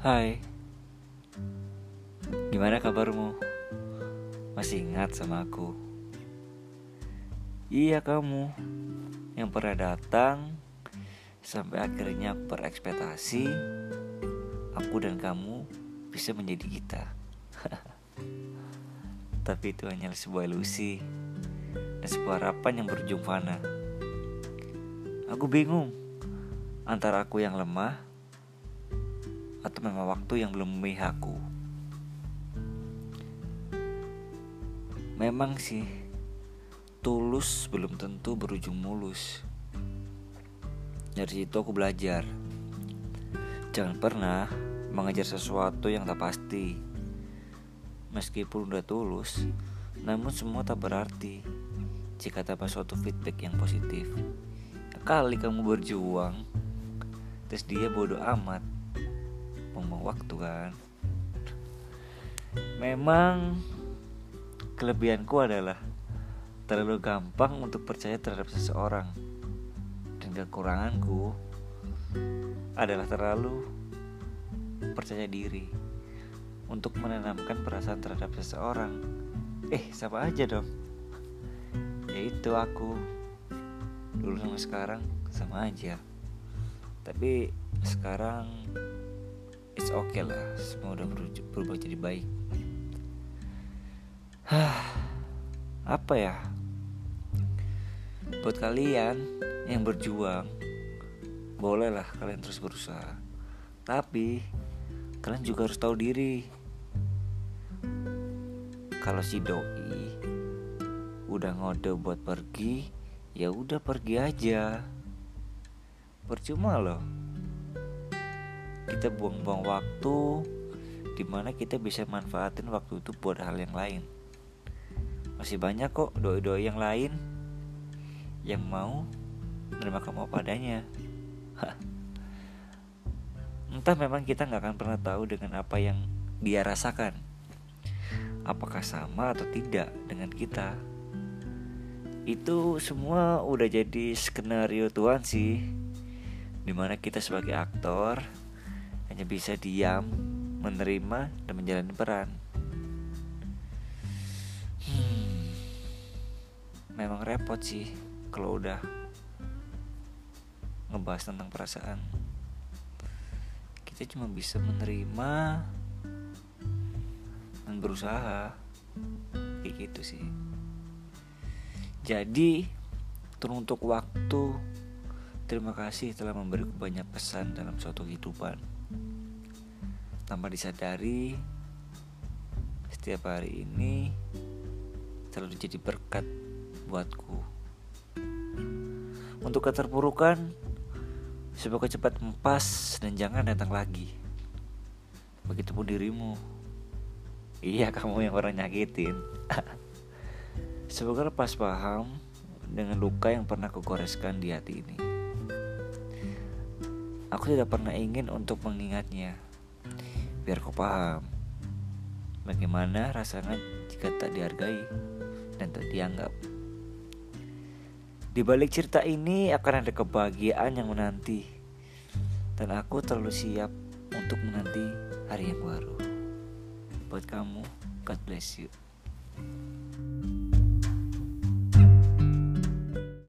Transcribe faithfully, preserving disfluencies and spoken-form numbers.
Hai, gimana kabarmu? Masih ingat sama aku? Iya, kamu yang pernah datang sampai akhirnya berekspektasi aku dan kamu bisa menjadi kita. Tapi itu hanya sebuah ilusi dan sebuah harapan yang berujung fana. Aku bingung antara aku yang lemah atau memang waktu yang belum memihakku. Memang sih, tulus belum tentu berujung mulus. Dari situ aku belajar, jangan pernah mengejar sesuatu yang tak pasti. Meskipun udah tulus, namun semua tak berarti jika tanpa suatu feedback yang positif. Kali kamu berjuang, terus dia bodoh amat, buang waktu kan. Memang kelebihanku adalah terlalu gampang untuk percaya terhadap seseorang, dan kekuranganku adalah terlalu percaya diri untuk menanamkan perasaan terhadap seseorang. Eh, sama aja dong. Yaitu aku dulu sama sekarang sama aja. Tapi sekarang it's okay lah, semua udah berubah jadi baik. Hah, apa ya? Buat kalian yang berjuang, bolehlah kalian terus berusaha. Tapi kalian juga harus tahu diri. Kalau si doi udah ngode buat pergi, ya udah pergi aja. Percuma loh kita buang-buang waktu dimana kita bisa manfaatin waktu itu buat hal yang lain. Masih banyak kok doi-doi yang lain yang mau menerima kamu padanya. Entah memang kita gak akan pernah tahu dengan apa yang dia rasakan, apakah sama atau tidak dengan kita. Itu semua udah jadi skenario Tuhan sih, dimana kita sebagai aktor hanya bisa diam, menerima, dan menjalani peran. hmm, Memang repot sih kalau udah ngebahas tentang perasaan. Kita cuma bisa menerima dan berusaha, kayak gitu sih. Jadi teruntuk waktu, terima kasih telah memberiku banyak pesan dalam suatu kehidupan. Tanpa disadari, setiap hari ini selalu jadi berkat buatku. Untuk keterpurukan, semoga cepat mempas dan jangan datang lagi. Begitupun dirimu. Iya, kamu yang pernah nyakitin. Semoga lepas paham dengan luka yang pernah kugoreskan di hati ini. Aku tidak pernah ingin untuk mengingatnya, biar kau paham bagaimana rasanya jika tak dihargai dan tak dianggap. Di balik cerita ini akan ada kebahagiaan yang menanti, dan aku terlalu siap untuk menanti hari yang baru. Buat kamu, God bless you.